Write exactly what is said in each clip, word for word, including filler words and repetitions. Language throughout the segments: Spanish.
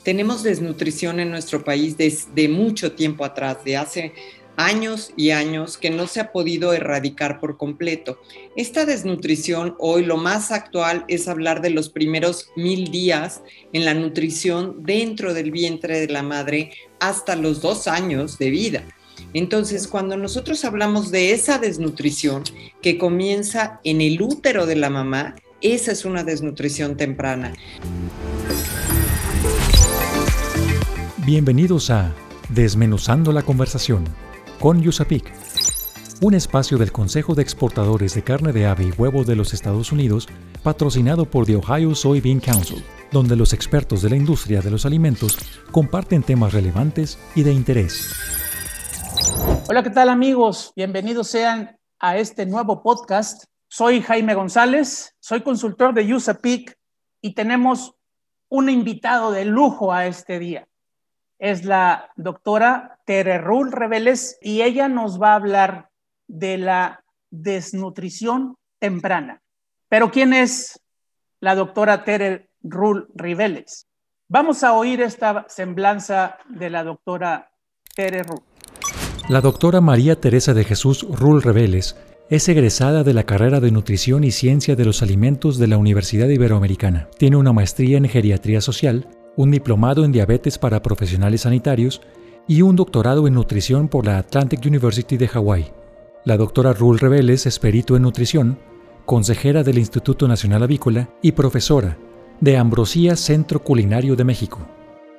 Tenemos desnutrición en nuestro país desde mucho tiempo atrás, de hace años y años, que no se ha podido erradicar por completo. Esta desnutrición hoy lo más actual es hablar de los primeros mil días en la nutrición dentro del vientre de la madre hasta los dos años de vida. Entonces, cuando nosotros hablamos de esa desnutrición que comienza en el útero de la mamá, esa es una desnutrición temprana. Bienvenidos a Desmenuzando la Conversación con USAPIC, un espacio del Consejo de Exportadores de Carne de Ave y Huevo de los Estados Unidos, patrocinado por The Ohio Soybean Council, donde los expertos de la industria de los alimentos comparten temas relevantes y de interés. Hola, ¿qué tal, amigos? Bienvenidos sean a este nuevo podcast. Soy Jaime González, soy consultor de USAPIC y tenemos un invitado de lujo a este día. Es la doctora Tere Rull Reveles y ella nos va a hablar de la desnutrición temprana. Pero ¿quién es la doctora Tere Rull Reveles? Vamos a oír esta semblanza de la doctora Tere Rull. La doctora María Teresa de Jesús Rull Reveles es egresada de la carrera de Nutrición y Ciencia de los Alimentos de la Universidad Iberoamericana. Tiene una maestría en Geriatría Social, un diplomado en Diabetes para Profesionales Sanitarios y un doctorado en Nutrición por la Atlantic University de Hawái. La doctora Rull Reveles es perito en nutrición, consejera del Instituto Nacional Avícola y profesora de Ambrosía Centro Culinario de México.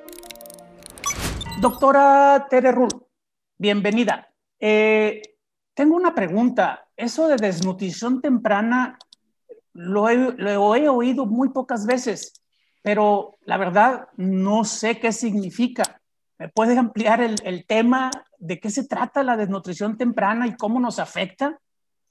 Doctora Tere Rull, bienvenida. Eh, tengo una pregunta. Eso de desnutrición temprana lo he, lo he oído muy pocas veces, pero la verdad no sé qué significa. ¿Me puedes ampliar el, el tema de qué se trata la desnutrición temprana y cómo nos afecta?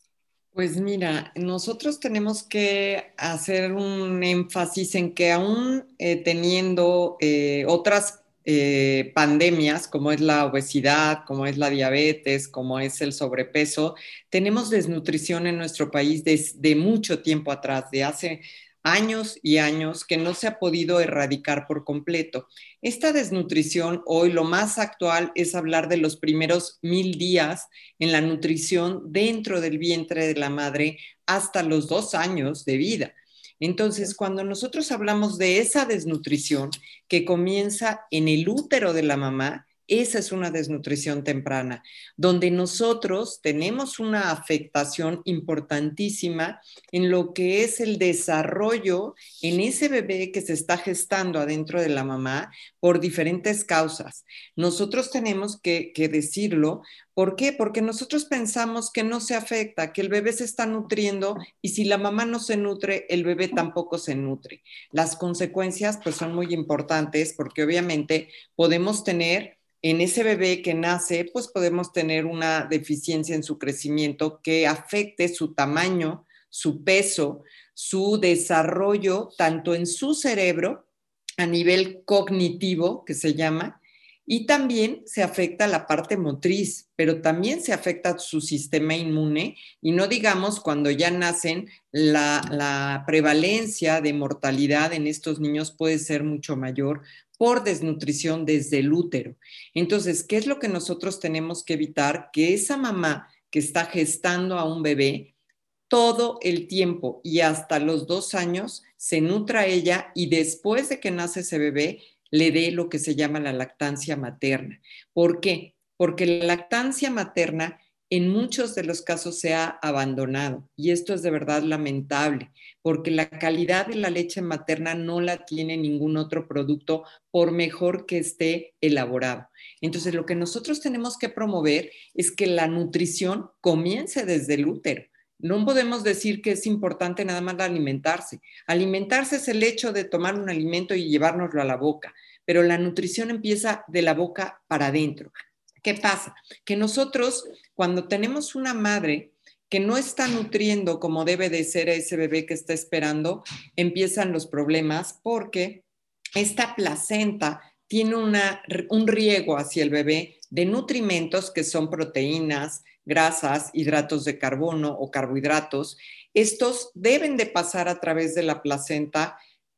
Pues mira, nosotros tenemos que hacer un énfasis en que aún eh, teniendo eh, otras eh, pandemias, como es la obesidad, como es la diabetes, como es el sobrepeso, tenemos desnutrición en nuestro país desde mucho tiempo atrás, de hace años y años, que no se ha podido erradicar por completo. Esta desnutrición hoy lo más actual es hablar de los primeros mil días en la nutrición dentro del vientre de la madre hasta los dos años de vida. Entonces, cuando nosotros hablamos de esa desnutrición que comienza en el útero de la mamá, esa es una desnutrición temprana, donde nosotros tenemos una afectación importantísima en lo que es el desarrollo en ese bebé que se está gestando adentro de la mamá por diferentes causas. Nosotros tenemos que, que decirlo. ¿Por qué? Porque nosotros pensamos que no se afecta, que el bebé se está nutriendo y si la mamá no se nutre, el bebé tampoco se nutre. Las consecuencias pues son muy importantes porque obviamente podemos tener en ese bebé que nace, pues podemos tener una deficiencia en su crecimiento que afecte su tamaño, su peso, su desarrollo, tanto en su cerebro, a nivel cognitivo, que se llama, y también se afecta la parte motriz, pero también se afecta su sistema inmune y no digamos cuando ya nacen, la, la prevalencia de mortalidad en estos niños puede ser mucho mayor por desnutrición desde el útero. Entonces, ¿qué es lo que nosotros tenemos que evitar? Que esa mamá que está gestando a un bebé todo el tiempo y hasta los dos años se nutra ella y después de que nace ese bebé le dé lo que se llama la lactancia materna. ¿Por qué? Porque la lactancia materna en muchos de los casos se ha abandonado y esto es de verdad lamentable porque la calidad de la leche materna no la tiene ningún otro producto por mejor que esté elaborado. Entonces lo que nosotros tenemos que promover es que la nutrición comience desde el útero. No podemos decir que es importante nada más alimentarse. Alimentarse es el hecho de tomar un alimento y llevárnoslo a la boca, pero la nutrición empieza de la boca para adentro. ¿Qué pasa? Que nosotros, cuando tenemos una madre que no está nutriendo como debe de ser a ese bebé que está esperando, empiezan los problemas porque esta placenta tiene una, un riego hacia el bebé de nutrimentos que son proteínas, grasas, hidratos de carbono o carbohidratos. Estos deben de pasar a través de la placenta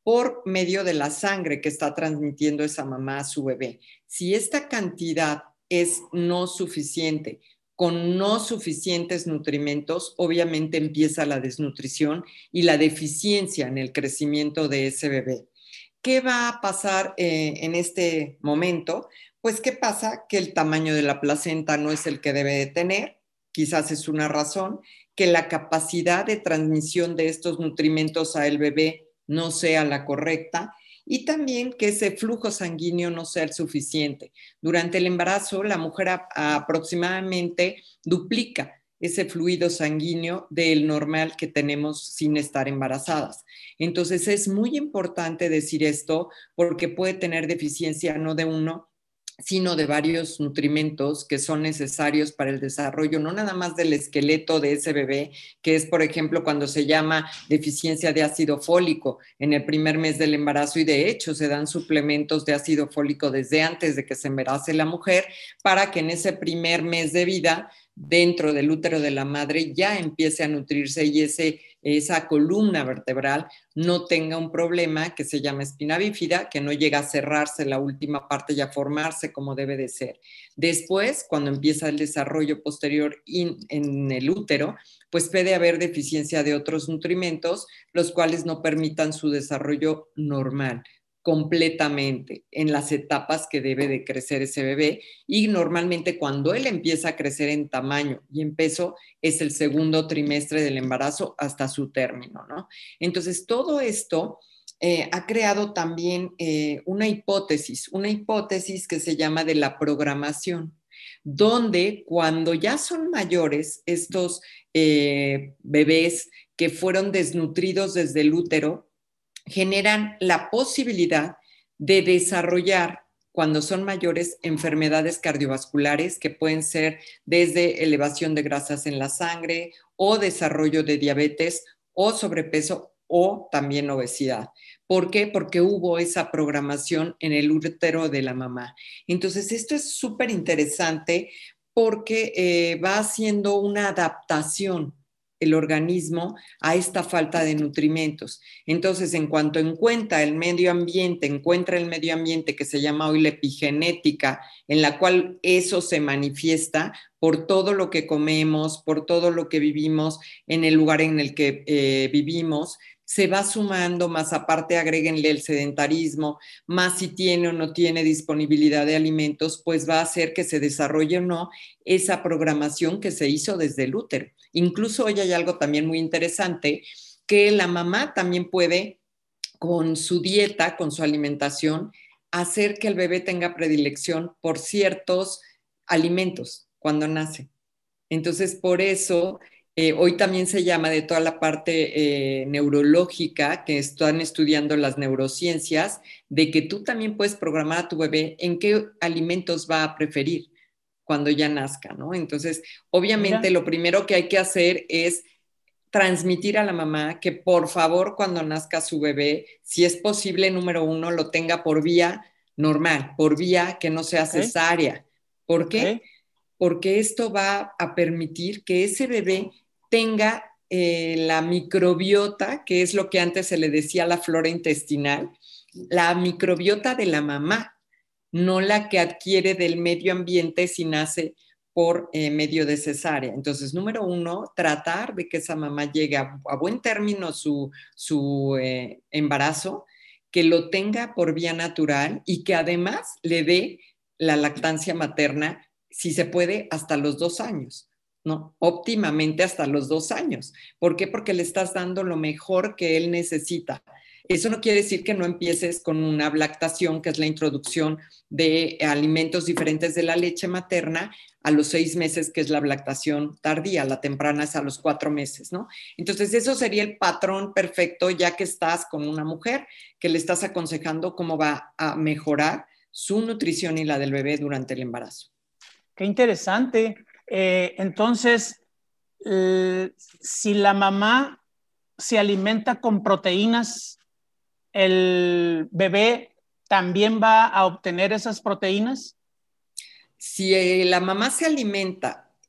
por medio de la sangre que está transmitiendo esa mamá a su bebé. Si esta cantidad es no suficiente, con no suficientes nutrimentos, obviamente empieza la desnutrición y la deficiencia en el crecimiento de ese bebé. ¿Qué va a pasar eh, en este momento? Pues, ¿qué pasa? Que el tamaño de la placenta no es el que debe de tener, quizás es una razón, que la capacidad de transmisión de estos nutrimentos al bebé no sea la correcta y también que ese flujo sanguíneo no sea el suficiente. Durante el embarazo, la mujer a, a aproximadamente duplica ese fluido sanguíneo del normal que tenemos sin estar embarazadas. Entonces es muy importante decir esto porque puede tener deficiencia no de uno, sino de varios nutrimentos que son necesarios para el desarrollo, no nada más del esqueleto de ese bebé, que es, por ejemplo, cuando se llama deficiencia de ácido fólico en el primer mes del embarazo, y de hecho se dan suplementos de ácido fólico desde antes de que se embarace la mujer para que en ese primer mes de vida dentro del útero de la madre ya empiece a nutrirse y ese, esa columna vertebral no tenga un problema que se llama espina bífida, que no llega a cerrarse la última parte y a formarse como debe de ser. Después, cuando empieza el desarrollo posterior in, en el útero, pues puede haber deficiencia de otros nutrimentos, los cuales no permitan su desarrollo normal completamente en las etapas que debe de crecer ese bebé, y normalmente cuando él empieza a crecer en tamaño y en peso es el segundo trimestre del embarazo hasta su término, ¿no? Entonces todo esto eh, ha creado también eh, una hipótesis, una hipótesis que se llama de la programación, donde cuando ya son mayores estos eh, bebés que fueron desnutridos desde el útero, generan la posibilidad de desarrollar, cuando son mayores, enfermedades cardiovasculares que pueden ser desde elevación de grasas en la sangre o desarrollo de diabetes o sobrepeso o también obesidad. ¿Por qué? Porque hubo esa programación en el útero de la mamá. Entonces, esto es súper interesante porque eh, va haciendo una adaptación el organismo a esta falta de nutrimentos. Entonces, en cuanto encuentra el medio ambiente, encuentra el medio ambiente que se llama hoy la epigenética, en la cual eso se manifiesta por todo lo que comemos, por todo lo que vivimos en el lugar en el que eh, vivimos, se va sumando, más aparte agréguenle el sedentarismo, más si tiene o no tiene disponibilidad de alimentos, pues va a hacer que se desarrolle o no esa programación que se hizo desde el útero. Incluso hoy hay algo también muy interesante, que la mamá también puede, con su dieta, con su alimentación, hacer que el bebé tenga predilección por ciertos alimentos cuando nace. Entonces, por eso... Eh, hoy también se llama de toda la parte eh, neurológica que están estudiando las neurociencias, de que tú también puedes programar a tu bebé en qué alimentos va a preferir cuando ya nazca, ¿no? Entonces, obviamente, Mira. Lo primero que hay que hacer es transmitir a la mamá que por favor cuando nazca su bebé, si es posible, número uno, lo tenga por vía normal, por vía que no sea okay. cesárea. ¿Por qué? Okay. Porque esto va a permitir que ese bebé tenga eh, la microbiota, que es lo que antes se le decía la flora intestinal, la microbiota de la mamá, no la que adquiere del medio ambiente si nace por eh, medio de cesárea. Entonces, número uno, tratar de que esa mamá llegue a, a buen término su, su eh, embarazo, que lo tenga por vía natural y que además le dé la lactancia materna, si se puede, hasta los dos años, ¿no? Óptimamente hasta los dos años. ¿Por qué? Porque le estás dando lo mejor que él necesita. Eso no quiere decir que no empieces con una lactación, que es la introducción de alimentos diferentes de la leche materna a los seis meses, que es la lactación tardía, la temprana es a los cuatro meses, ¿no? Entonces, eso sería el patrón perfecto, ya que estás con una mujer que le estás aconsejando cómo va a mejorar su nutrición y la del bebé durante el embarazo. Qué interesante. Eh, entonces, eh, si la mamá se alimenta con proteínas, ¿el bebé también va a obtener esas proteínas? Si eh, la mamá se alimenta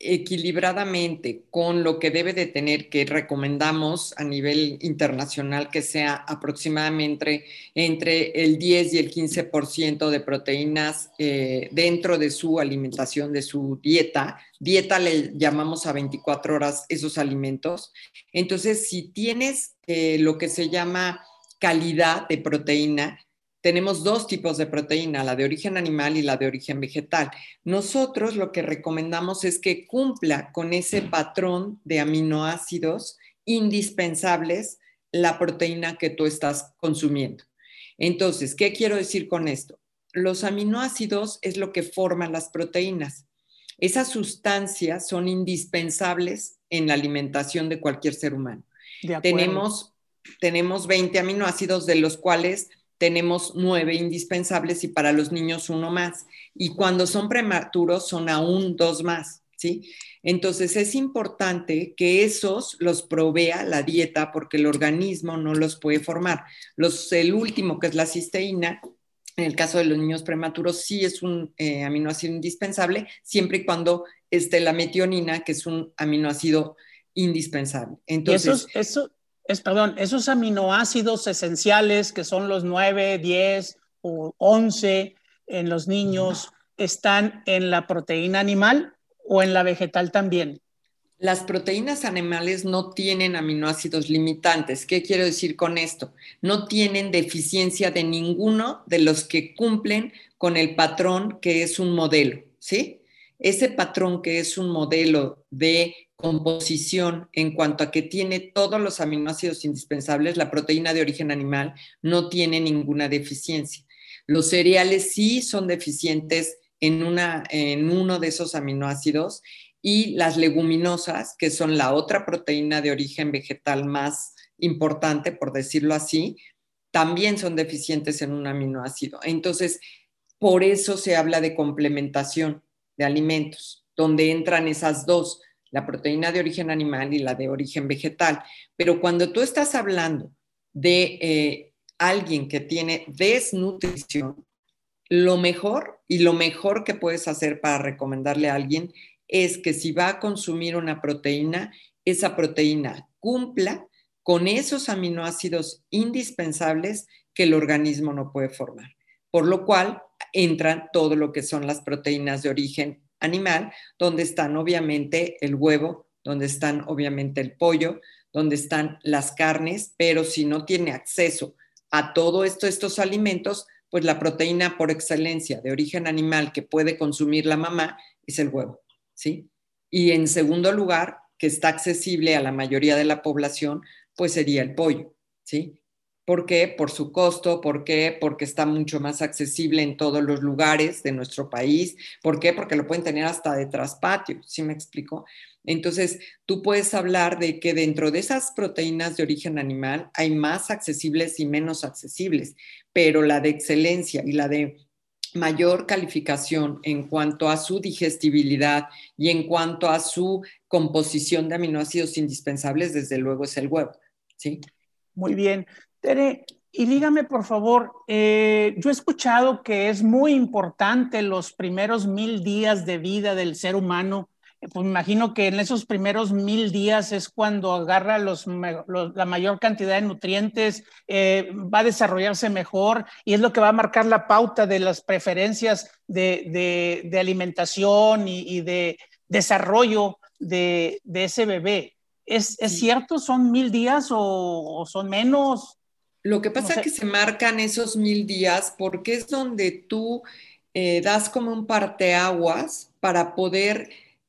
equilibradamente con lo que debe de tener, que recomendamos a nivel internacional que sea aproximadamente entre el diez y el quince por ciento de proteínas eh, dentro de su alimentación, de su dieta. Dieta le llamamos a veinticuatro horas esos alimentos. Entonces, si tienes eh, lo que se llama calidad de proteína, tenemos dos tipos de proteína, la de origen animal y la de origen vegetal. Nosotros lo que recomendamos es que cumpla con ese patrón de aminoácidos indispensables la proteína que tú estás consumiendo. Entonces, ¿qué quiero decir con esto? Los aminoácidos es lo que forman las proteínas. Esas sustancias son indispensables en la alimentación de cualquier ser humano. Tenemos, tenemos veinte aminoácidos, de los cuales tenemos nueve indispensables y para los niños uno más. Y cuando son prematuros son aún dos más, ¿sí? Entonces es importante que esos los provea la dieta porque el organismo no los puede formar. Los, el último, que es la cisteína, en el caso de los niños prematuros, sí es un eh, aminoácido indispensable, siempre y cuando esté la metionina, que es un aminoácido indispensable. Entonces, y esos, eso, es, perdón, esos aminoácidos esenciales, que son los nueve, diez o once en los niños, ¿están en la proteína animal o en la vegetal también? Las proteínas animales no tienen aminoácidos limitantes. ¿Qué quiero decir con esto? No tienen deficiencia de ninguno de los que cumplen con el patrón que es un modelo, ¿sí? Ese patrón que es un modelo de composición en cuanto a que tiene todos los aminoácidos indispensables, la proteína de origen animal no tiene ninguna deficiencia. Los cereales sí son deficientes en, una, en uno de esos aminoácidos, y las leguminosas, que son la otra proteína de origen vegetal más importante, por decirlo así, también son deficientes en un aminoácido. Entonces, por eso se habla de complementación de alimentos, donde entran esas dos, la proteína de origen animal y la de origen vegetal. Pero cuando tú estás hablando de eh, alguien que tiene desnutrición, lo mejor y lo mejor que puedes hacer para recomendarle a alguien es que si va a consumir una proteína, esa proteína cumpla con esos aminoácidos indispensables que el organismo no puede formar. Por lo cual entran todo lo que son las proteínas de origen animal, donde están obviamente el huevo, donde están obviamente el pollo, donde están las carnes, pero si no tiene acceso a todos esto, estos alimentos, pues la proteína por excelencia de origen animal que puede consumir la mamá es el huevo, ¿sí? Y en segundo lugar, que está accesible a la mayoría de la población, pues sería el pollo, ¿sí? ¿Por qué? Por su costo. ¿Por qué? Porque está mucho más accesible en todos los lugares de nuestro país. ¿Por qué? Porque lo pueden tener hasta de traspatio, ¿sí me explico? Entonces, tú puedes hablar de que dentro de esas proteínas de origen animal hay más accesibles y menos accesibles, pero la de excelencia y la de mayor calificación en cuanto a su digestibilidad y en cuanto a su composición de aminoácidos indispensables, desde luego es el huevo, ¿sí? Muy bien. Tere, y dígame por favor, eh, yo he escuchado que es muy importante los primeros mil días de vida del ser humano. Pues me imagino que en esos primeros mil días es cuando agarra los, los, la mayor cantidad de nutrientes, eh, va a desarrollarse mejor y es lo que va a marcar la pauta de las preferencias de, de, de alimentación y, y de desarrollo de, de ese bebé. ¿Es, ¿Es cierto? ¿Son mil días o, o son menos? Lo que pasa No sé. es que se marcan esos mil días porque es donde tú eh, das como un parteaguas para poder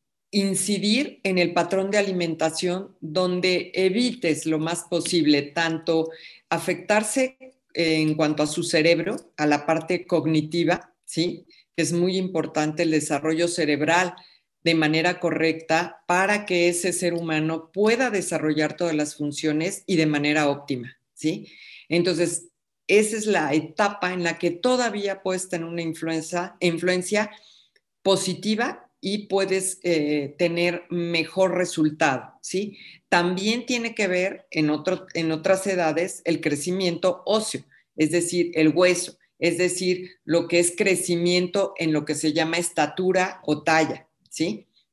incidir en el patrón de alimentación, donde evites lo más posible tanto afectarse en cuanto a su cerebro, a la parte cognitiva, ¿sí? Que es muy importante el desarrollo cerebral de manera correcta para que ese ser humano pueda desarrollar todas las funciones y de manera óptima, ¿sí? Entonces, esa es la etapa en la que todavía puedes tener una influencia, influencia positiva y puedes eh, tener mejor resultado, ¿sí? También tiene que ver en, otro, en otras edades el crecimiento óseo, es decir, el hueso, es decir, lo que es crecimiento en lo que se llama estatura o talla, ¿sí?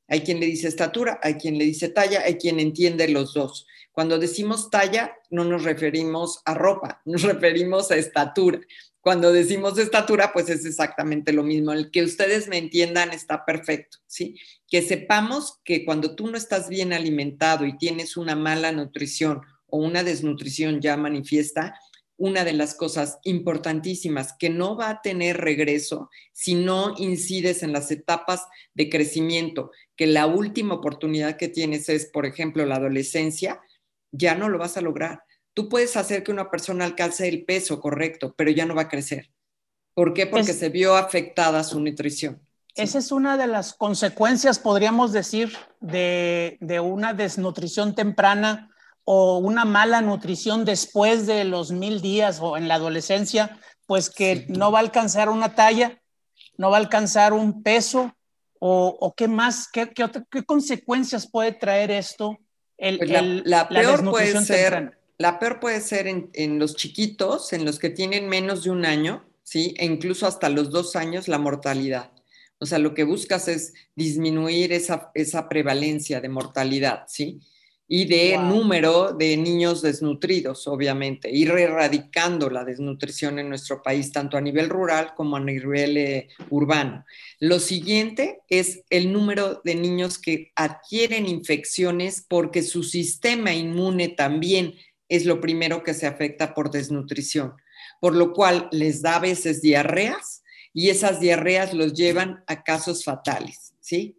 Hay quien le dice estatura, hay quien le dice talla, hay quien entiende los dos. Cuando decimos talla, no nos referimos a ropa, nos referimos a estatura. Cuando decimos estatura, pues es exactamente lo mismo. El que ustedes me entiendan está perfecto, ¿sí? Que sepamos que cuando tú no estás bien alimentado y tienes una mala nutrición o una desnutrición ya manifiesta, una de las cosas importantísimas que no va a tener regreso si no incides en las etapas de crecimiento, que la última oportunidad que tienes es, por ejemplo, la adolescencia, ya no lo vas a lograr. Tú puedes hacer que una persona alcance el peso correcto, pero ya no va a crecer. ¿Por qué? Porque Es, se vio afectada su nutrición. ¿Sí? Esa es una de las consecuencias, podríamos decir, de, de una desnutrición temprana o una mala nutrición después de los mil días o en la adolescencia, pues que Sí. no va a alcanzar una talla, no va a alcanzar un peso, o, o qué más, qué, qué, otra, qué consecuencias puede traer esto, el, Pues la, el, la la peor puede desnutrición temprana. ser, la peor puede ser en, en los chiquitos, en los que tienen menos de un año, ¿sí? E incluso hasta los dos años, la mortalidad. O sea, lo que buscas es disminuir esa, esa prevalencia de mortalidad, ¿sí? Y de Wow. número de niños desnutridos, obviamente, ir erradicando la desnutrición en nuestro país, tanto a nivel rural como a nivel eh, urbano. Lo siguiente es el número de niños que adquieren infecciones porque su sistema inmune también es lo primero que se afecta por desnutrición, por lo cual les da a veces diarreas y esas diarreas los llevan a casos fatales, ¿sí?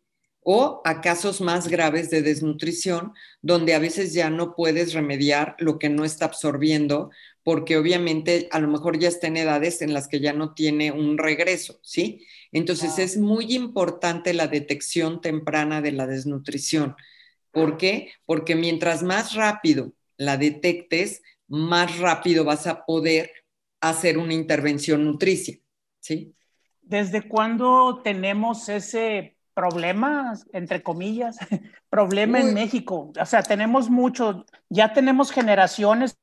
O a casos más graves de desnutrición, donde a veces ya no puedes remediar lo que no está absorbiendo, porque obviamente a lo mejor ya está en edades en las que ya no tiene un regreso, ¿sí? Entonces Wow. es muy importante la detección temprana de la desnutrición. ¿Por qué? Porque mientras más rápido la detectes, más rápido vas a poder hacer una intervención nutricia, ¿sí? ¿Desde cuándo tenemos ese problema, entre comillas, problema en Uy, México? O sea, tenemos mucho, ya tenemos generaciones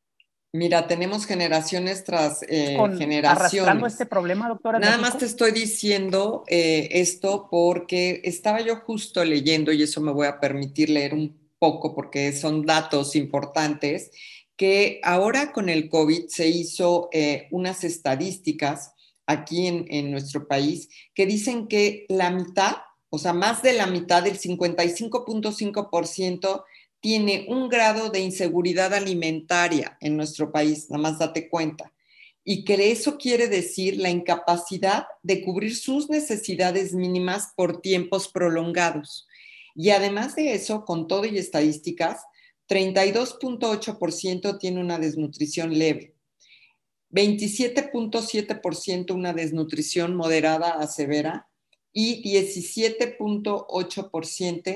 mira, tenemos generaciones tras eh, con arrastrando este generaciones. problema, doctora, en Nada más te México. estoy diciendo eh, esto porque estaba yo justo leyendo, y eso me voy a permitir leer un poco porque son datos importantes, que ahora con el COVID se hizo eh, unas estadísticas aquí en, en nuestro país que dicen que la mitad, o sea, más de la mitad, del cincuenta y cinco punto cinco por ciento, tiene un grado de inseguridad alimentaria en nuestro país, nada más date cuenta. Y que eso quiere decir la incapacidad de cubrir sus necesidades mínimas por tiempos prolongados. Y además de eso, con todo y estadísticas, treinta y dos punto ocho por ciento tiene una desnutrición leve, veintisiete punto siete por ciento una desnutrición moderada a severa y diecisiete punto ocho por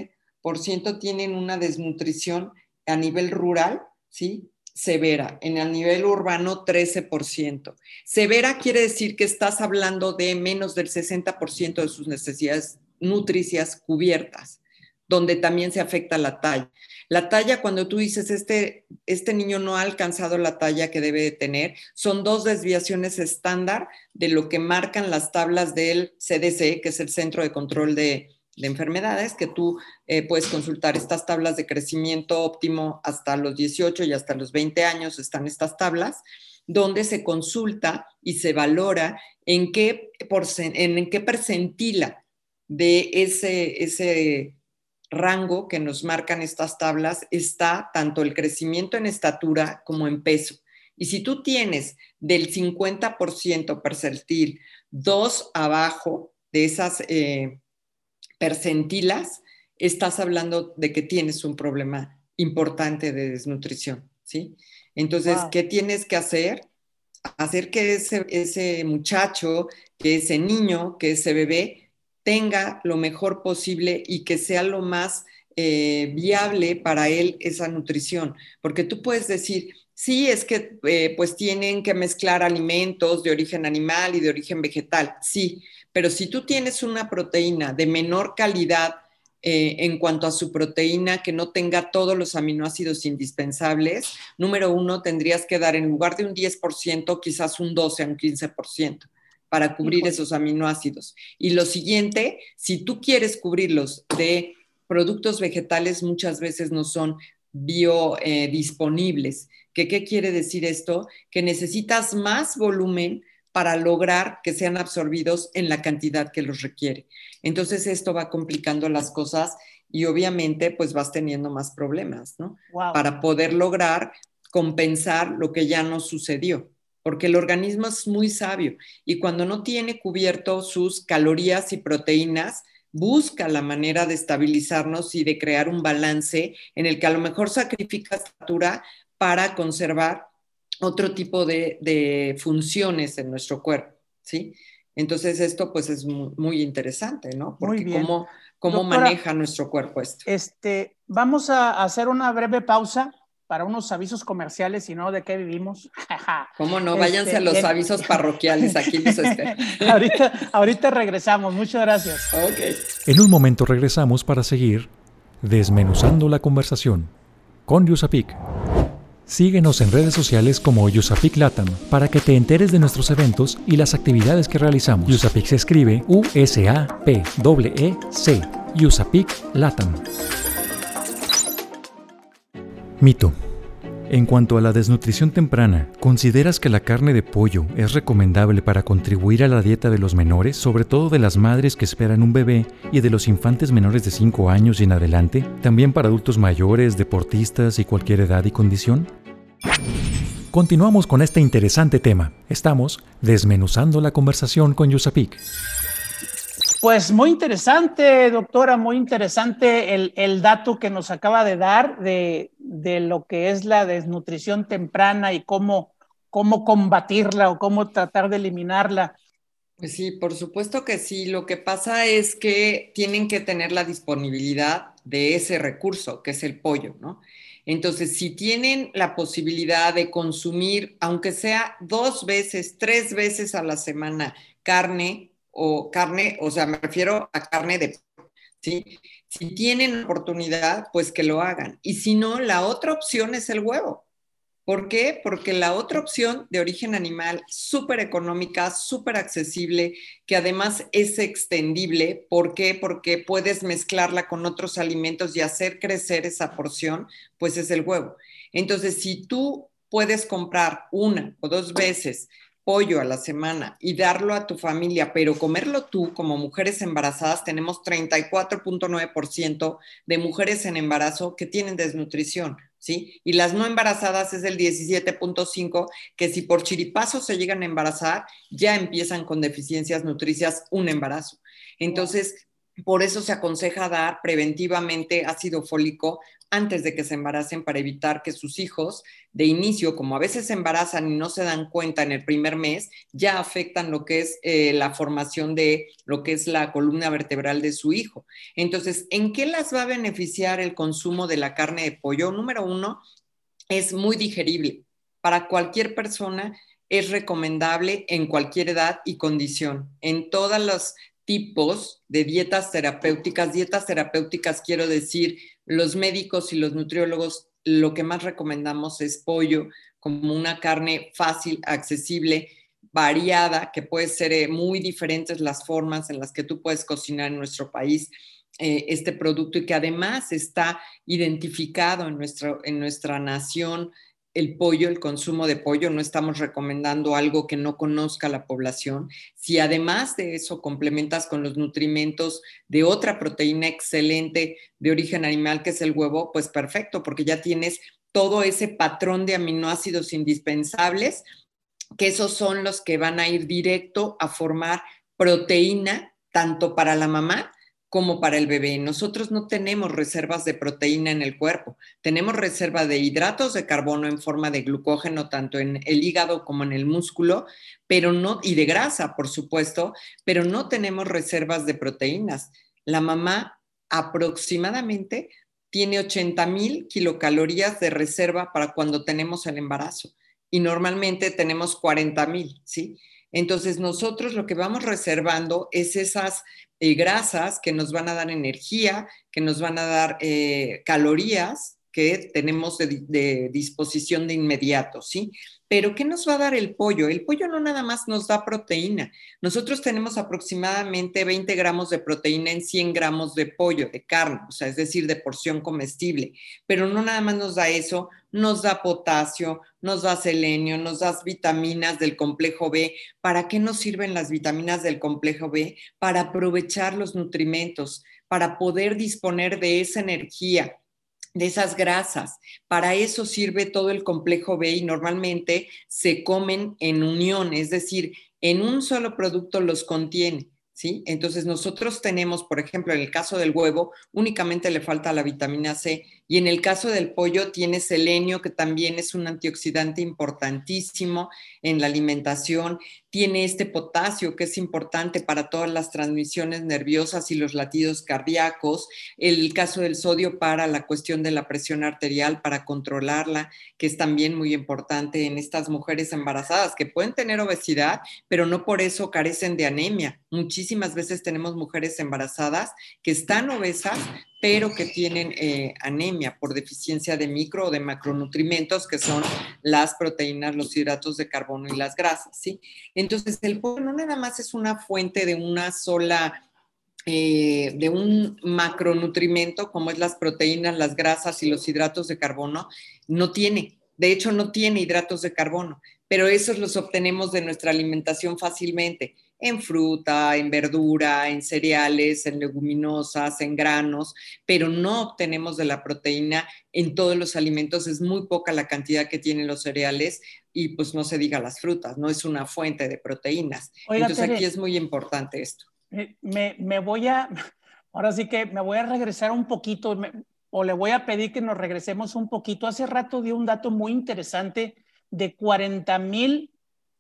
ciento tienen una desnutrición a nivel rural, ¿sí? Severa. En el nivel urbano, trece por ciento. Severa quiere decir que estás hablando de menos del sesenta por ciento de sus necesidades nutricias cubiertas, donde también se afecta la talla. La talla, cuando tú dices, este, este niño no ha alcanzado la talla que debe de tener, son dos desviaciones estándar de lo que marcan las tablas del C D C, que es el Centro de Control de, de Enfermedades, que tú eh, puedes consultar estas tablas de crecimiento óptimo hasta los dieciocho y hasta los veinte años están estas tablas, donde se consulta y se valora en qué, en, en qué percentila de ese, ese rango que nos marcan estas tablas está tanto el crecimiento en estatura como en peso. Y si tú tienes del cincuenta por ciento percentil, dos abajo de esas eh, percentilas, estás hablando de que tienes un problema importante de desnutrición, ¿sí? Entonces, Wow. ¿qué tienes que hacer? Hacer que ese, ese muchacho, que ese niño, que ese bebé tenga lo mejor posible y que sea lo más eh, viable para él esa nutrición. Porque tú puedes decir, sí, es que eh, pues tienen que mezclar alimentos de origen animal y de origen vegetal, sí, pero si tú tienes una proteína de menor calidad eh, en cuanto a su proteína, que no tenga todos los aminoácidos indispensables, número uno, tendrías que dar en lugar de un diez por ciento, quizás un doce, un quince por ciento. para cubrir Híjole. esos aminoácidos. Y lo siguiente, si tú quieres cubrirlos de productos vegetales, muchas veces no son biodisponibles. Eh, ¿Qué, ¿Qué quiere decir esto? Que necesitas más volumen para lograr que sean absorbidos en la cantidad que los requiere. Entonces esto va complicando las cosas y obviamente pues vas teniendo más problemas, ¿no? Wow. Para poder lograr compensar lo que ya no sucedió, porque el organismo es muy sabio y cuando no tiene cubierto sus calorías y proteínas, busca la manera de estabilizarnos y de crear un balance en el que a lo mejor sacrifica estatura para conservar otro tipo de, de funciones en nuestro cuerpo, ¿sí? Entonces esto pues es muy, muy interesante, ¿no? Porque Muy bien. cómo, cómo Doctora, maneja nuestro cuerpo esto. Este, vamos a hacer una breve pausa para unos avisos comerciales, si no, ¿de qué vivimos? ¿Cómo no? Este, Váyanse a los bien. avisos parroquiales, aquí los espero. ahorita, ahorita regresamos, muchas gracias. Okay. En un momento regresamos para seguir desmenuzando la conversación con USAPIC. Síguenos en redes sociales como USAPIC Latam para que te enteres de nuestros eventos y las actividades que realizamos. USAPIC se escribe U S A P E E C. USAPIC Latam. Mito. En cuanto a la desnutrición temprana, ¿consideras que la carne de pollo es recomendable para contribuir a la dieta de los menores, sobre todo de las madres que esperan un bebé y de los infantes menores de cinco años y en adelante? ¿También para adultos mayores, deportistas y cualquier edad y condición? Continuamos con este interesante tema. Estamos desmenuzando la conversación con USAPIC. Pues muy interesante, doctora, muy interesante el, el dato que nos acaba de dar de, de lo que es la desnutrición temprana y cómo, cómo combatirla o cómo tratar de eliminarla. Pues sí, por supuesto que sí. Lo que pasa es que tienen que tener la disponibilidad de ese recurso, que es el pollo, ¿no? Entonces, si tienen la posibilidad de consumir, aunque sea dos veces, tres veces a la semana, carne, o carne, o sea, me refiero a carne de pollo, ¿sí? Si tienen oportunidad, pues que lo hagan. Y si no, la otra opción es el huevo. ¿Por qué? Porque la otra opción de origen animal, súper económica, súper accesible, que además es extendible. ¿Por qué? Porque puedes mezclarla con otros alimentos y hacer crecer esa porción, pues es el huevo. Entonces, si tú puedes comprar una o dos veces pollo a la semana y darlo a tu familia, pero comerlo tú, como mujeres embarazadas, tenemos treinta y cuatro punto nueve por ciento de mujeres en embarazo que tienen desnutrición, ¿sí? Y las no embarazadas es el diecisiete punto cinco por ciento, que si por chiripazo se llegan a embarazar, ya empiezan con deficiencias nutricias un embarazo. Entonces, por eso se aconseja dar preventivamente ácido fólico antes de que se embaracen para evitar que sus hijos de inicio, como a veces se embarazan y no se dan cuenta en el primer mes, ya afectan lo que es eh, la formación de lo que es la columna vertebral de su hijo. Entonces, ¿en qué las va a beneficiar el consumo de la carne de pollo? Número uno, es muy digerible. Para cualquier persona es recomendable en cualquier edad y condición. En todos los tipos de dietas terapéuticas, dietas terapéuticas quiero decir, los médicos y los nutriólogos lo que más recomendamos es pollo como una carne fácil, accesible, variada, que puede ser eh, muy diferentes las formas en las que tú puedes cocinar en nuestro país eh, este producto y que además está identificado en, nuestro, en nuestra nación el pollo, el consumo de pollo. No estamos recomendando algo que no conozca la población. Si además de eso complementas con los nutrimentos de otra proteína excelente de origen animal, que es el huevo, pues perfecto, porque ya tienes todo ese patrón de aminoácidos indispensables, que esos son los que van a ir directo a formar proteína, tanto para la mamá como para el bebé. Nosotros no tenemos reservas de proteína en el cuerpo, tenemos reserva de hidratos de carbono en forma de glucógeno, tanto en el hígado como en el músculo, pero no, y de grasa, por supuesto, pero no tenemos reservas de proteínas. La mamá aproximadamente tiene ochenta mil kilocalorías de reserva para cuando tenemos el embarazo y normalmente tenemos cuarenta mil, ¿sí? Entonces nosotros lo que vamos reservando es esas eh, grasas que nos van a dar energía, que nos van a dar eh, calorías que tenemos de, de disposición de inmediato, ¿sí? Pero ¿qué nos va a dar el pollo? El pollo no nada más nos da proteína. Nosotros tenemos aproximadamente veinte gramos de proteína en cien gramos de pollo, de carne, o sea, es decir, de porción comestible. Pero no nada más nos da eso, nos da potasio, nos da selenio, nos da vitaminas del complejo B. ¿Para qué nos sirven las vitaminas del complejo B? Para aprovechar los nutrimentos, para poder disponer de esa energía, de esas grasas. Para eso sirve todo el complejo B y normalmente se comen en unión, es decir, en un solo producto los contiene, ¿sí? Entonces nosotros tenemos, por ejemplo, en el caso del huevo, únicamente le falta la vitamina C, y en el caso del pollo tiene selenio, que también es un antioxidante importantísimo en la alimentación, tiene este potasio que es importante para todas las transmisiones nerviosas y los latidos cardíacos, el caso del sodio para la cuestión de la presión arterial, para controlarla, que es también muy importante en estas mujeres embarazadas que pueden tener obesidad, pero no por eso carecen de anemia. Muchísimas veces tenemos mujeres embarazadas que están obesas, pero que tienen eh, anemia por deficiencia de micro o de macronutrimentos, que son las proteínas, los hidratos de carbono y las grasas, ¿sí? Entonces, el pollo no nada más es una fuente de una sola, eh, de un macronutrimento, como es las proteínas, las grasas y los hidratos de carbono, no tiene. De hecho, no tiene hidratos de carbono, pero esos los obtenemos de nuestra alimentación fácilmente, en fruta, en verdura, en cereales, en leguminosas, en granos, pero no obtenemos de la proteína en todos los alimentos. Es muy poca la cantidad que tienen los cereales y pues no se diga las frutas, no es una fuente de proteínas. Oiga, Entonces Tere, aquí es muy importante esto. me, me voy a, ahora sí que me voy a regresar un poquito, me, o le voy a pedir que nos regresemos un poquito. Hace rato dio un dato muy interesante de cuarenta mil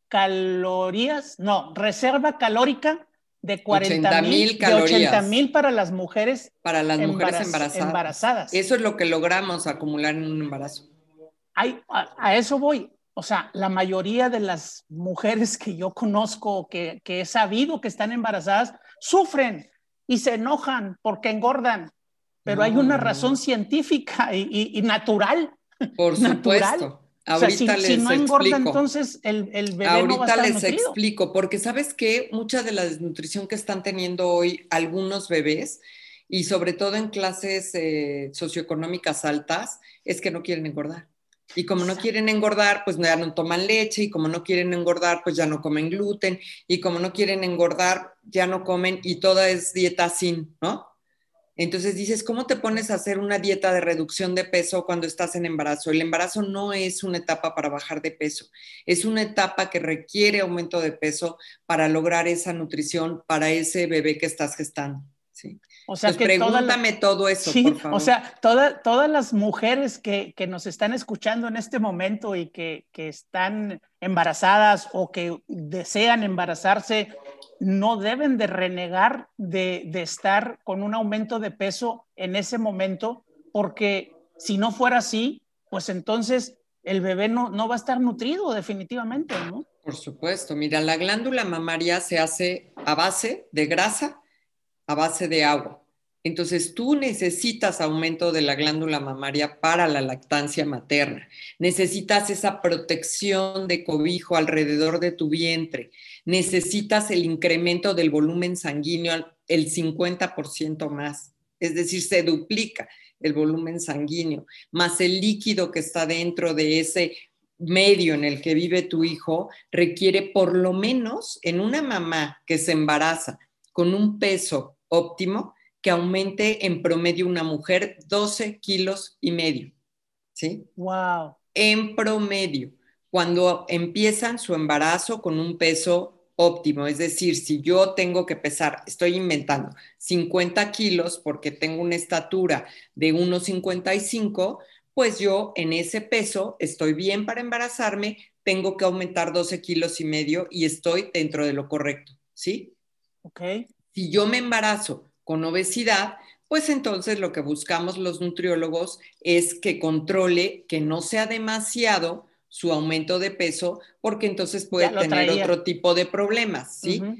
calorías, no, reserva calórica de cuarenta mil, de ochenta mil para las mujeres, para las mujeres embaraz embarazadas. embarazadas. Eso es lo que logramos acumular en un embarazo. Hay, a, a eso voy. O sea, la mayoría de las mujeres que yo conozco, que, que he sabido que están embarazadas, sufren y se enojan porque engordan. Pero no, hay una no. razón científica y, y, y natural. Por natural. supuesto. Ahorita o sea, si, les si no engorda, explico. entonces el, el bebé Ahorita no va a estar les nutrido. explico, porque ¿sabes qué? Mucha de la desnutrición que están teniendo hoy algunos bebés, y sobre todo en clases eh, socioeconómicas altas, es que no quieren engordar. Y como no quieren engordar, pues ya no toman leche, y como no quieren engordar, pues ya no comen gluten, y como no quieren engordar, ya no comen, y toda es dieta sin, ¿no? Entonces dices, ¿cómo te pones a hacer una dieta de reducción de peso cuando estás en embarazo? El embarazo no es una etapa para bajar de peso, es una etapa que requiere aumento de peso para lograr esa nutrición para ese bebé que estás gestando. ¿Sí? O sea, Entonces, que pregúntame la... todo eso, sí, por favor. O sea, toda, todas las mujeres que, que nos están escuchando en este momento y que, que están embarazadas o que desean embarazarse, no deben de renegar de, de estar con un aumento de peso en ese momento, porque si no fuera así, pues entonces el bebé no, no va a estar nutrido definitivamente, ¿no? Por supuesto. Mira, la glándula mamaria se hace a base de grasa, a base de agua. Entonces, tú necesitas aumento de la glándula mamaria para la lactancia materna. Necesitas esa protección de cobijo alrededor de tu vientre. Necesitas el incremento del volumen sanguíneo el cincuenta por ciento más. Es decir, se duplica el volumen sanguíneo, más el líquido que está dentro de ese medio en el que vive tu hijo, requiere por lo menos en una mamá que se embaraza con un peso óptimo, que aumente en promedio una mujer doce kilos y medio, ¿sí? Wow. En promedio, cuando empiezan su embarazo con un peso óptimo, es decir, si yo tengo que pesar, estoy inventando, cincuenta kilos porque tengo una estatura de uno cincuenta y cinco, pues yo en ese peso estoy bien para embarazarme, tengo que aumentar doce kilos y medio y estoy dentro de lo correcto, ¿sí? Ok. Si yo me embarazo con obesidad, pues entonces lo que buscamos los nutriólogos es que controle que no sea demasiado su aumento de peso, porque entonces puede tener otro tipo de problemas, ¿sí? Uh-huh.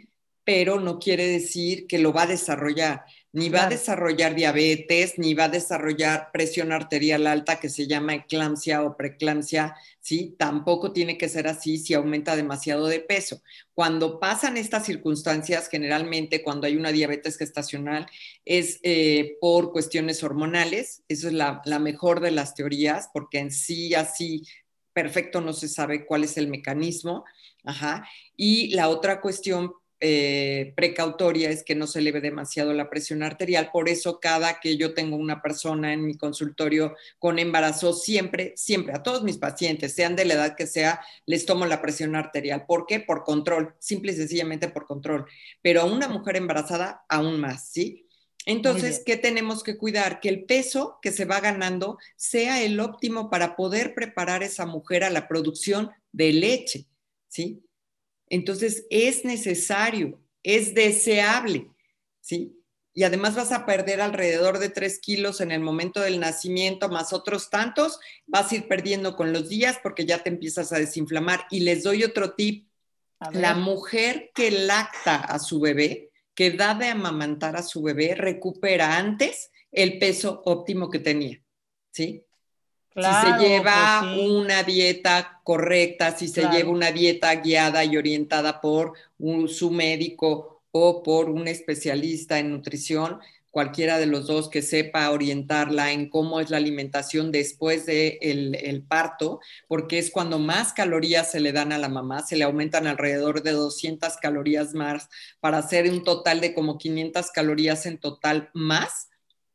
pero no quiere decir que lo va a desarrollar. Ni va a desarrollar diabetes, ni va a desarrollar presión arterial alta, que se llama eclampsia o preeclampsia, ¿sí? Tampoco tiene que ser así si aumenta demasiado de peso. Cuando pasan estas circunstancias, generalmente cuando hay una diabetes gestacional, es eh, por cuestiones hormonales. Eso es la, la mejor de las teorías, porque en sí así perfecto no se sabe cuál es el mecanismo. Ajá. Y la otra cuestión Eh, precautoria es que no se eleve demasiado la presión arterial. Por eso cada que yo tengo una persona en mi consultorio con embarazo, siempre, siempre, a todos mis pacientes, sean de la edad que sea, les tomo la presión arterial. ¿Por qué? Por control, simple y sencillamente por control. Pero a una mujer embarazada, aún más, ¿sí? Entonces, ¿qué tenemos que cuidar? Que el peso que se va ganando sea el óptimo para poder preparar a esa mujer a la producción de leche, ¿sí? Entonces, es necesario, es deseable, ¿sí? Y además vas a perder alrededor de tres kilos en el momento del nacimiento, más otros tantos, vas a ir perdiendo con los días porque ya te empiezas a desinflamar. Y les doy otro tip. La mujer que lacta a su bebé, que da de amamantar a su bebé, recupera antes el peso óptimo que tenía, ¿sí? Claro, si se lleva pues sí. una dieta correcta, si se claro. lleva una dieta guiada y orientada por un, su médico o por un especialista en nutrición, cualquiera de los dos que sepa orientarla en cómo es la alimentación después del de el parto, porque es cuando más calorías se le dan a la mamá, se le aumentan alrededor de doscientas calorías más para hacer un total de como quinientas calorías en total más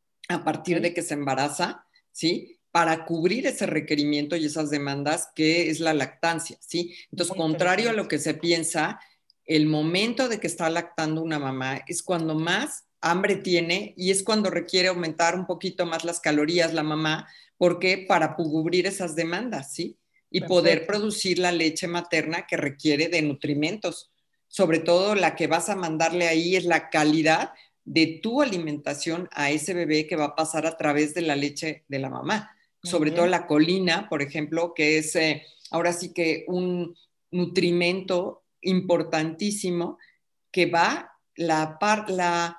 a partir ¿Sí? de que se embaraza, ¿sí? Para cubrir ese requerimiento y esas demandas que es la lactancia, ¿sí? Entonces, contrario a lo que se piensa, el momento de que está lactando una mamá es cuando más hambre tiene y es cuando requiere aumentar un poquito más las calorías la mamá, porque para cubrir esas demandas, ¿sí? Y Perfecto. Poder producir la leche materna que requiere de nutrimentos. Sobre todo la que vas a mandarle ahí es la calidad de tu alimentación a ese bebé que va a pasar a través de la leche de la mamá. Muy sobre bien. Todo la colina, por ejemplo, que es eh, ahora sí que un nutrimento importantísimo que va, la, par, la,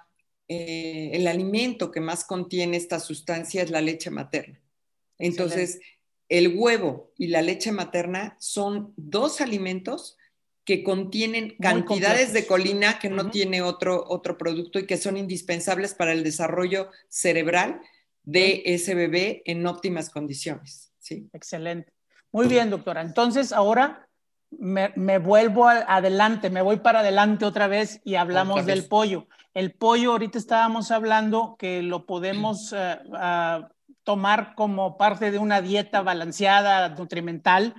eh, el alimento que más contiene esta sustancia es la leche materna. Excelente. Entonces, el huevo y la leche materna son dos alimentos que contienen Muy cantidades complejos. De colina que no uh-huh. tiene otro, otro producto y que son indispensables para el desarrollo cerebral de ese bebé en óptimas condiciones. ¿Sí? Excelente. Muy bien, doctora. Entonces, ahora me, me vuelvo a, adelante, me voy para adelante otra vez y hablamos otra del vez. pollo. El pollo, ahorita estábamos hablando que lo podemos uh, uh, tomar como parte de una dieta balanceada, nutrimental,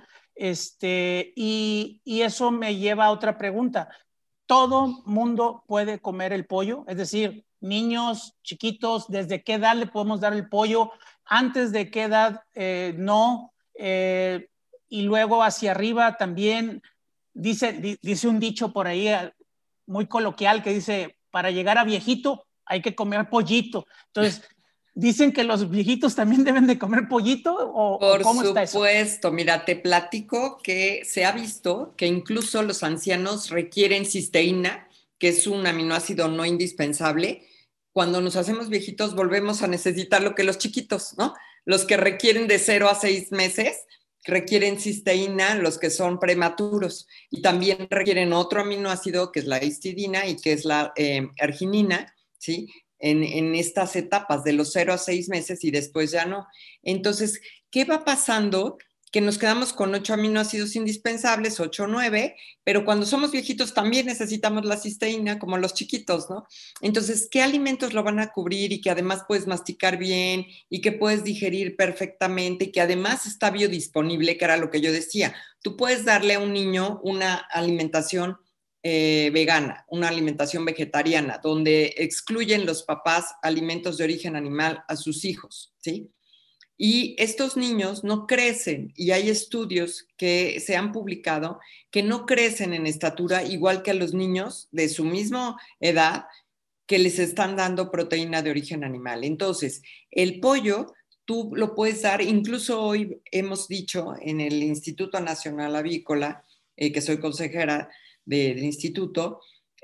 este, y, y eso me lleva a otra pregunta. ¿Todo mundo puede comer el pollo? Es decir, niños chiquitos, ¿desde qué edad le podemos dar el pollo? ¿Antes de qué edad eh, no? Eh, y luego hacia arriba también, dice, di, dice un dicho por ahí muy coloquial que dice, para llegar a viejito hay que comer pollito. Entonces, ¿dicen que los viejitos también deben de comer pollito o, Por o cómo está eso? Por supuesto, mira, te platico que se ha visto que incluso los ancianos requieren cisteína, que es un aminoácido no indispensable. Cuando nos hacemos viejitos volvemos a necesitar lo que los chiquitos, ¿no? Los que requieren de cero a seis meses requieren cisteína, los que son prematuros, y también requieren otro aminoácido que es la histidina y que es la eh, arginina, ¿sí? En, en estas etapas de los cero a seis meses y después ya no. Entonces, ¿qué va pasando? Que nos quedamos con ocho aminoácidos indispensables, ocho o nueve, pero cuando somos viejitos también necesitamos la cisteína, como los chiquitos, ¿no? Entonces, ¿qué alimentos lo van a cubrir y que además puedes masticar bien y que puedes digerir perfectamente y que además está biodisponible, que era lo que yo decía? Tú puedes darle a un niño una alimentación eh, vegana, una alimentación vegetariana, donde excluyen los papás alimentos de origen animal a sus hijos, ¿sí? Y estos niños no crecen, y hay estudios que se han publicado que no crecen en estatura igual que a los niños de su misma edad que les están dando proteína de origen animal. Entonces, el pollo tú lo puedes dar, incluso hoy hemos dicho en el Instituto Nacional Avícola, eh, que soy consejera de, del instituto,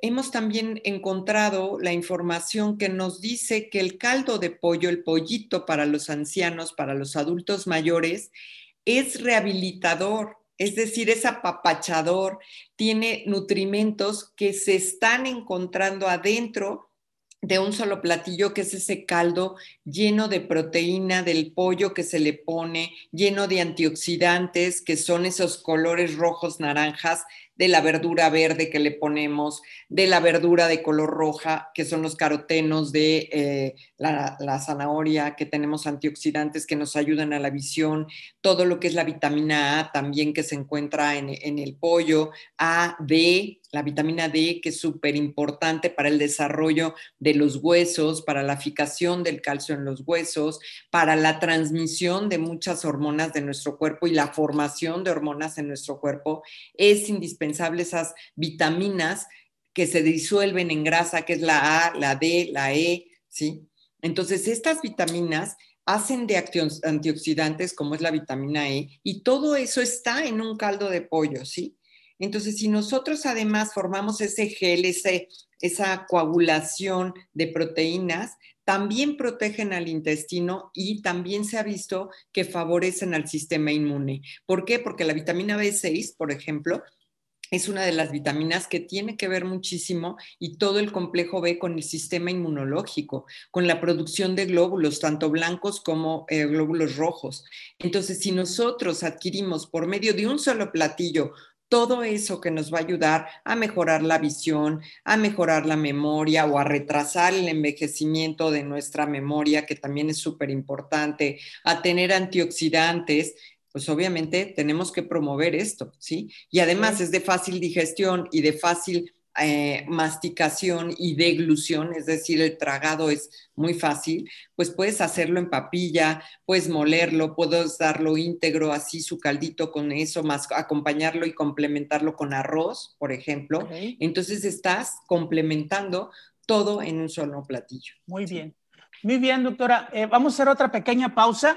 hemos también encontrado la información que nos dice que el caldo de pollo, el pollito para los ancianos, para los adultos mayores, es rehabilitador, es decir, es apapachador, tiene nutrimentos que se están encontrando adentro de un solo platillo, que es ese caldo lleno de proteína del pollo que se le pone, lleno de antioxidantes, que son esos colores rojos, naranjas, de la verdura verde que le ponemos, de la verdura de color roja, que son los carotenos, de eh, la, la zanahoria, que tenemos antioxidantes que nos ayudan a la visión, todo lo que es la vitamina A también que se encuentra en, en el pollo, A, D, la vitamina D, que es súper importante para el desarrollo de los huesos, para la fijación del calcio en los huesos, para la transmisión de muchas hormonas de nuestro cuerpo y la formación de hormonas en nuestro cuerpo. Es indispensable esas vitaminas que se disuelven en grasa, que es la A, la D, la E, ¿sí? Entonces, estas vitaminas hacen de antioxidantes, como es la vitamina E, y todo eso está en un caldo de pollo, ¿sí? Entonces, si nosotros además formamos ese gel, ese, esa coagulación de proteínas, también protegen al intestino y también se ha visto que favorecen al sistema inmune. ¿Por qué? Porque la vitamina B seis, por ejemplo, es una de las vitaminas que tiene que ver muchísimo y todo el complejo B con el sistema inmunológico, con la producción de glóbulos, tanto blancos como eh, glóbulos rojos. Entonces, si nosotros adquirimos por medio de un solo platillo todo eso que nos va a ayudar a mejorar la visión, a mejorar la memoria o a retrasar el envejecimiento de nuestra memoria, que también es súper importante, a tener antioxidantes, pues obviamente tenemos que promover esto, ¿sí? Y además es de fácil digestión y de fácil eh, masticación y deglución, es decir, el tragado es muy fácil, pues puedes hacerlo en papilla, puedes molerlo, puedes darlo íntegro, así su caldito con eso, más acompañarlo y complementarlo con arroz, por ejemplo. Okay. Entonces estás complementando todo en un solo platillo. Muy bien. Muy bien, doctora. Eh, vamos a hacer otra pequeña pausa.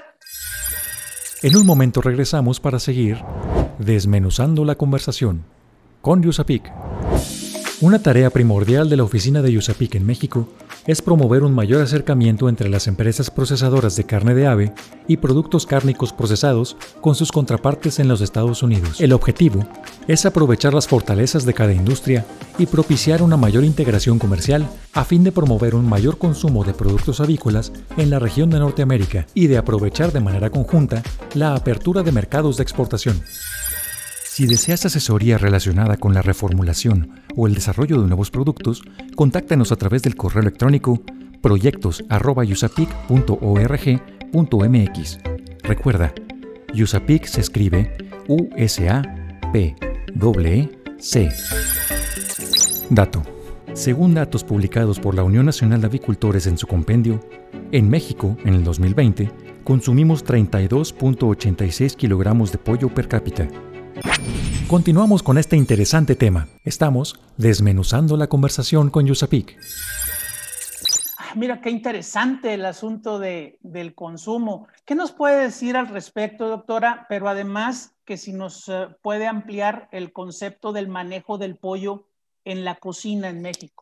En un momento regresamos para seguir desmenuzando la conversación con USAPIC. Una tarea primordial de la oficina de USAPIC en México es promover un mayor acercamiento entre las empresas procesadoras de carne de ave y productos cárnicos procesados con sus contrapartes en los Estados Unidos. El objetivo es aprovechar las fortalezas de cada industria y propiciar una mayor integración comercial a fin de promover un mayor consumo de productos avícolas en la región de Norteamérica y de aprovechar de manera conjunta la apertura de mercados de exportación. Si deseas asesoría relacionada con la reformulación o el desarrollo de nuevos productos, contáctanos a través del correo electrónico proyectos arroba usapic punto org punto mx. Recuerda, USAPIC se escribe U S A P E C. Dato. Según datos publicados por la Unión Nacional de Avicultores en su compendio, en México, en el dos mil veinte, consumimos treinta y dos punto ochenta y seis kilogramos de pollo per cápita. Continuamos con este interesante tema. Estamos desmenuzando la conversación con USAPIC. Mira, qué interesante el asunto de, del consumo. ¿Qué nos puede decir al respecto, doctora? Pero además, que si nos uh, puede ampliar el concepto del manejo del pollo en la cocina en México.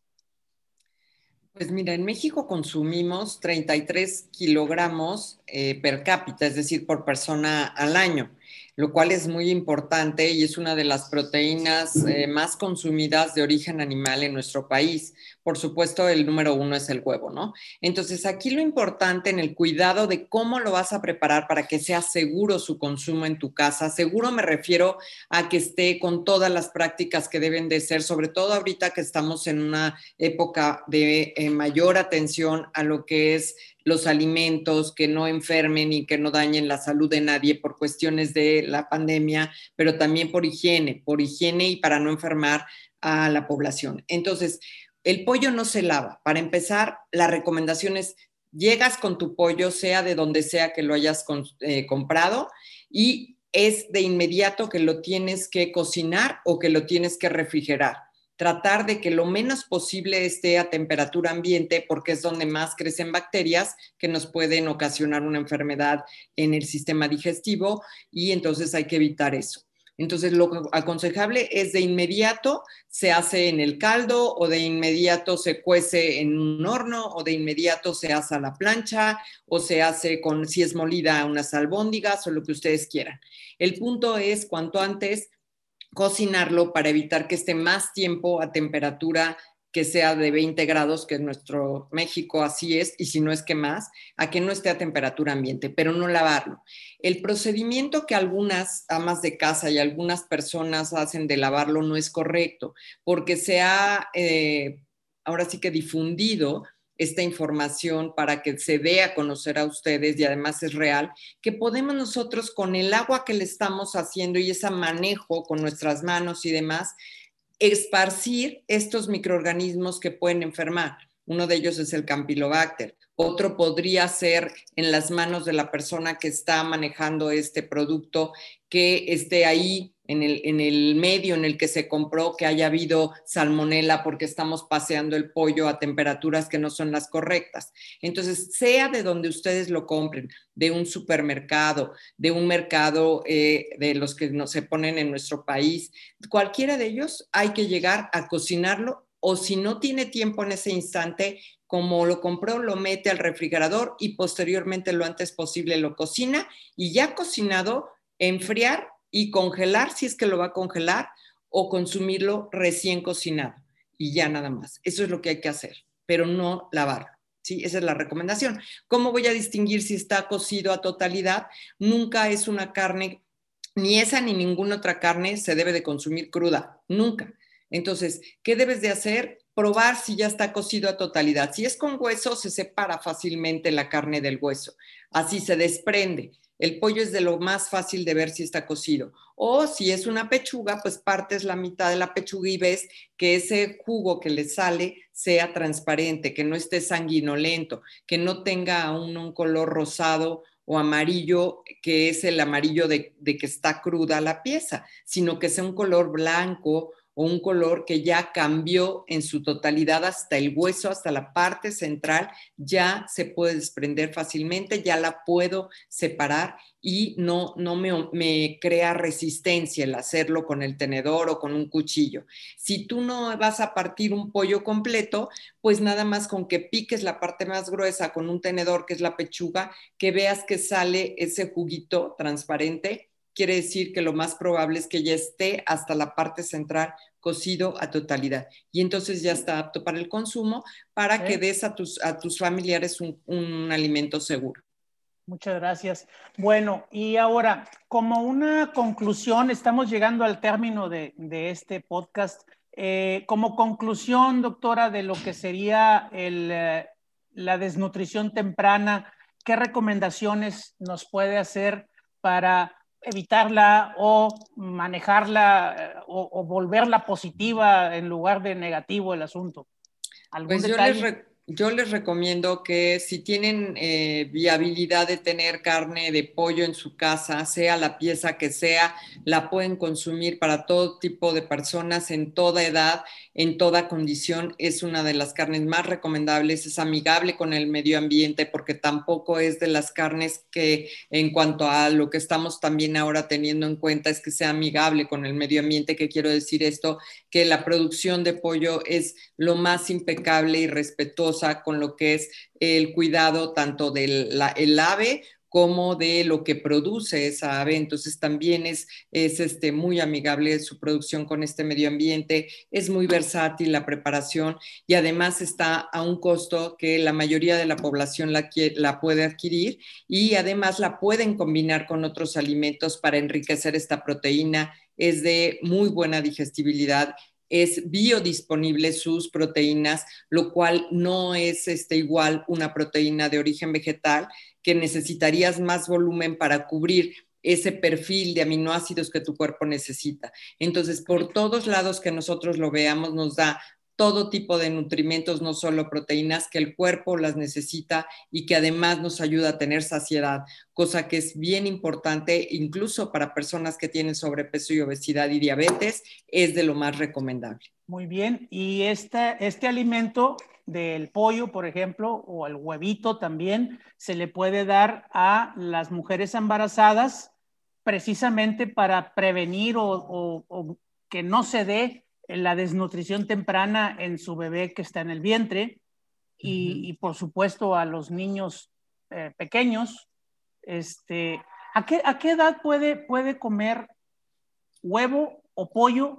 Pues mira, en México consumimos treinta y tres kilogramos eh, per cápita, es decir, por persona al año, lo cual es muy importante y es una de las proteínas eh, más consumidas de origen animal en nuestro país. Por supuesto, el número uno es el huevo, ¿no? Entonces, aquí lo importante en el cuidado de cómo lo vas a preparar para que sea seguro su consumo en tu casa. Seguro me refiero a que esté con todas las prácticas que deben de ser, sobre todo ahorita que estamos en una época de eh, mayor atención a lo que es los alimentos, que no enfermen y que no dañen la salud de nadie por cuestiones de la pandemia, pero también por higiene, por higiene y para no enfermar a la población. Entonces, el pollo no se lava. Para empezar, la recomendación es, llegas con tu pollo, sea de donde sea que lo hayas con, eh, comprado, y es de inmediato que lo tienes que cocinar o que lo tienes que refrigerar. Tratar de que lo menos posible esté a temperatura ambiente porque es donde más crecen bacterias que nos pueden ocasionar una enfermedad en el sistema digestivo y entonces hay que evitar eso. Entonces, lo aconsejable es de inmediato se hace en el caldo o de inmediato se cuece en un horno o de inmediato se hace a la plancha o se hace con, si es molida, unas albóndigas o lo que ustedes quieran. El punto es cuanto antes cocinarlo para evitar que esté más tiempo a temperatura que sea de veinte grados, que en nuestro México así es, y si no es que más, a que no esté a temperatura ambiente, pero no lavarlo. El procedimiento que algunas amas de casa y algunas personas hacen de lavarlo no es correcto, porque se ha, eh, ahora sí que difundido esta información para que se dé a conocer a ustedes y además es real, que podemos nosotros con el agua que le estamos haciendo y ese manejo con nuestras manos y demás, esparcir estos microorganismos que pueden enfermar. Uno de ellos es el Campylobacter. Otro podría ser en las manos de la persona que está manejando este producto, que esté ahí en el, en el medio en el que se compró, que haya habido salmonela porque estamos paseando el pollo a temperaturas que no son las correctas. Entonces, sea de donde ustedes lo compren, de un supermercado, de un mercado eh, de los que no se ponen en nuestro país, cualquiera de ellos hay que llegar a cocinarlo o si no tiene tiempo en ese instante, como lo compró, lo mete al refrigerador y posteriormente lo antes posible lo cocina y ya cocinado, enfriar y congelar si es que lo va a congelar o consumirlo recién cocinado y ya nada más. Eso es lo que hay que hacer, pero no lavarlo. Sí, esa es la recomendación. ¿Cómo voy a distinguir si está cocido a totalidad? Nunca es una carne, ni esa ni ninguna otra carne se debe de consumir cruda, nunca. Entonces, ¿qué debes de hacer? Probar si ya está cocido a totalidad. Si es con hueso, se separa fácilmente la carne del hueso. Así se desprende. El pollo es de lo más fácil de ver si está cocido. O si es una pechuga, pues partes la mitad de la pechuga y ves que ese jugo que le sale sea transparente, que no esté sanguinolento, que no tenga aún un color rosado o amarillo, que es el amarillo de, de que está cruda la pieza, sino que sea un color blanco o un color que ya cambió en su totalidad hasta el hueso, hasta la parte central, ya se puede desprender fácilmente, ya la puedo separar y no, no me, me crea resistencia el hacerlo con el tenedor o con un cuchillo. Si tú no vas a partir un pollo completo, pues nada más con que piques la parte más gruesa con un tenedor, que es la pechuga, que veas que sale ese juguito transparente, quiere decir que lo más probable es que ya esté hasta la parte central cocido a totalidad. Y entonces ya está apto para el consumo, para ¿Eh? que des a tus, a tus familiares un, un alimento seguro. Muchas gracias. Bueno, y ahora, como una conclusión, estamos llegando al término de, de este podcast. Eh, como conclusión, doctora, de lo que sería el, eh, la desnutrición temprana, ¿qué recomendaciones nos puede hacer para evitarla o manejarla o, o volverla positiva en lugar de negativo el asunto? ¿Algún pues detalle? Yo les, re yo les recomiendo que si tienen eh, viabilidad de tener carne de pollo en su casa, sea la pieza que sea, la pueden consumir para todo tipo de personas, en toda edad, en toda condición. Es una de las carnes más recomendables, es amigable con el medio ambiente porque tampoco es de las carnes que en cuanto a lo que estamos también ahora teniendo en cuenta es que sea amigable con el medio ambiente. ¿Qué quiero decir esto? Que la producción de pollo es lo más impecable y respetuosa con lo que es el cuidado tanto del la, el ave como de lo que produce esa ave. Entonces también es, es este, muy amigable su producción con este medio ambiente, es muy versátil la preparación y además está a un costo que la mayoría de la población la, la puede adquirir y además la pueden combinar con otros alimentos para enriquecer esta proteína. Es de muy buena digestibilidad, es biodisponible sus proteínas, lo cual no es este, igual una proteína de origen vegetal, que necesitarías más volumen para cubrir ese perfil de aminoácidos que tu cuerpo necesita. Entonces, por todos lados que nosotros lo veamos, nos da todo tipo de nutrimentos, no solo proteínas, que el cuerpo las necesita y que además nos ayuda a tener saciedad, cosa que es bien importante, incluso para personas que tienen sobrepeso y obesidad y diabetes, es de lo más recomendable. Muy bien, y este, este alimento del pollo, por ejemplo, o el huevito también, se le puede dar a las mujeres embarazadas precisamente para prevenir o, o, o que no se dé la desnutrición temprana en su bebé que está en el vientre y, uh-huh. y por supuesto a los niños eh, pequeños. Este, ¿a qué, a qué edad puede, puede comer huevo o pollo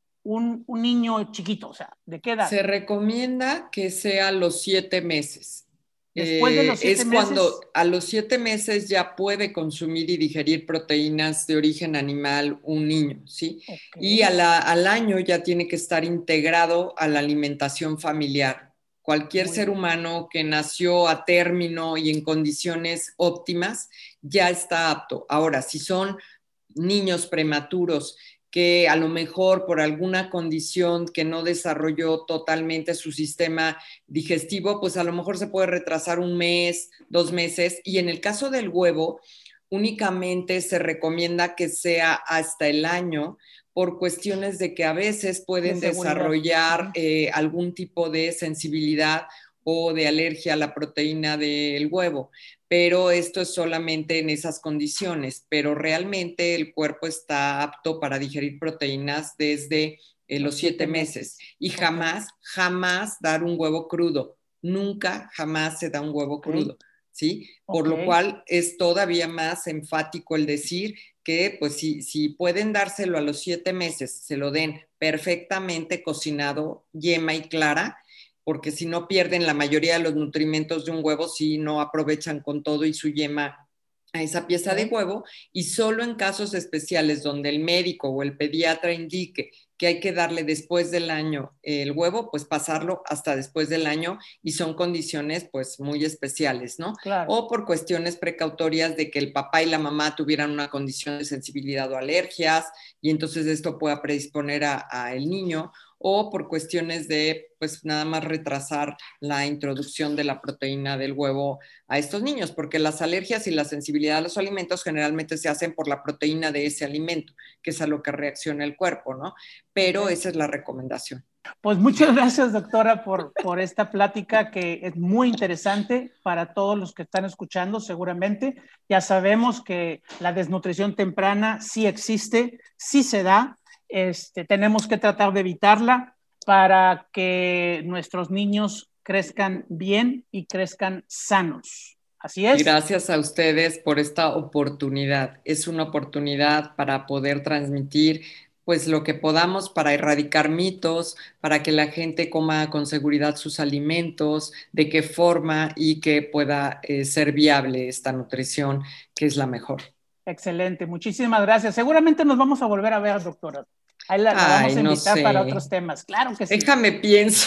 un, un niño chiquito? O sea, ¿de qué edad? Se recomienda que sea a los siete meses. Después de los siete es meses. Cuando a los siete meses ya puede consumir y digerir proteínas de origen animal un niño, ¿sí? Okay. Y a la, al año ya tiene que estar integrado a la alimentación familiar. Cualquier Muy ser bien. humano que nació a término y en condiciones óptimas ya está apto. Ahora, si son niños prematuros que a lo mejor por alguna condición que no desarrolló totalmente su sistema digestivo, pues a lo mejor se puede retrasar un mes, dos meses. Y en el caso del huevo, únicamente se recomienda que sea hasta el año por cuestiones de que a veces pueden desarrollar eh, algún tipo de sensibilidad o de alergia a la proteína del huevo. Pero esto es solamente en esas condiciones, pero realmente el cuerpo está apto para digerir proteínas desde eh, los siete meses y jamás, jamás dar un huevo crudo, nunca, jamás se da un huevo okay. crudo, ¿sí? Por okay. lo cual es todavía más enfático el decir que pues si, si pueden dárselo a los siete meses, se lo den perfectamente cocinado, yema y clara, porque si no pierden la mayoría de los nutrimentos de un huevo, si no aprovechan con todo y su yema a esa pieza de huevo, y solo en casos especiales donde el médico o el pediatra indique que hay que darle después del año el huevo, pues pasarlo hasta después del año, y son condiciones pues muy especiales, ¿no? Claro. O por cuestiones precautorias de que el papá y la mamá tuvieran una condición de sensibilidad o alergias, y entonces esto pueda predisponer a, a el niño, o por cuestiones de, pues, nada más retrasar la introducción de la proteína del huevo a estos niños, porque las alergias y la sensibilidad a los alimentos generalmente se hacen por la proteína de ese alimento, que es a lo que reacciona el cuerpo, ¿no? Pero esa es la recomendación. Pues muchas gracias, doctora, por, por esta plática que es muy interesante para todos los que están escuchando, seguramente. Ya sabemos que la desnutrición temprana sí existe, sí se da. Este, tenemos que tratar de evitarla para que nuestros niños crezcan bien y crezcan sanos. Así es. Gracias a ustedes por esta oportunidad. Es una oportunidad para poder transmitir pues lo que podamos para erradicar mitos, para que la gente coma con seguridad sus alimentos, de qué forma y que pueda eh, ser viable esta nutrición, que es la mejor. Excelente, muchísimas gracias. Seguramente nos vamos a volver a ver, doctora. Ahí la, la vamos Ay, a invitar no para otros temas. Claro que sí. Déjame pienso.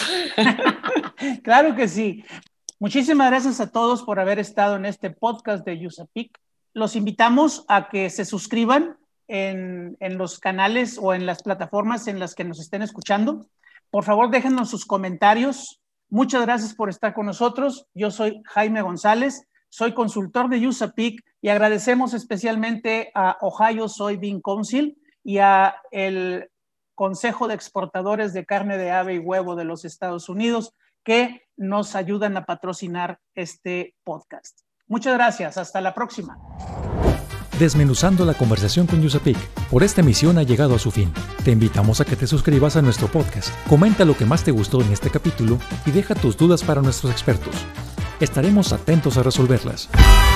Claro que sí. Muchísimas gracias a todos por haber estado en este podcast de USAPIC. Los invitamos a que se suscriban en, en los canales o en las plataformas en las que nos estén escuchando. Por favor, déjenos sus comentarios. Muchas gracias por estar con nosotros. Yo soy Jaime González, soy consultor de USAPIC y agradecemos especialmente a Ohio Soybean Council y a el Consejo de Exportadores de Carne de Ave y Huevo de los Estados Unidos que nos ayudan a patrocinar este podcast. Muchas gracias. Hasta la próxima. Desmenuzando la conversación con USAPIC, por esta emisión ha llegado a su fin. Te invitamos a que te suscribas a nuestro podcast, comenta lo que más te gustó en este capítulo y deja tus dudas para nuestros expertos. Estaremos atentos a resolverlas.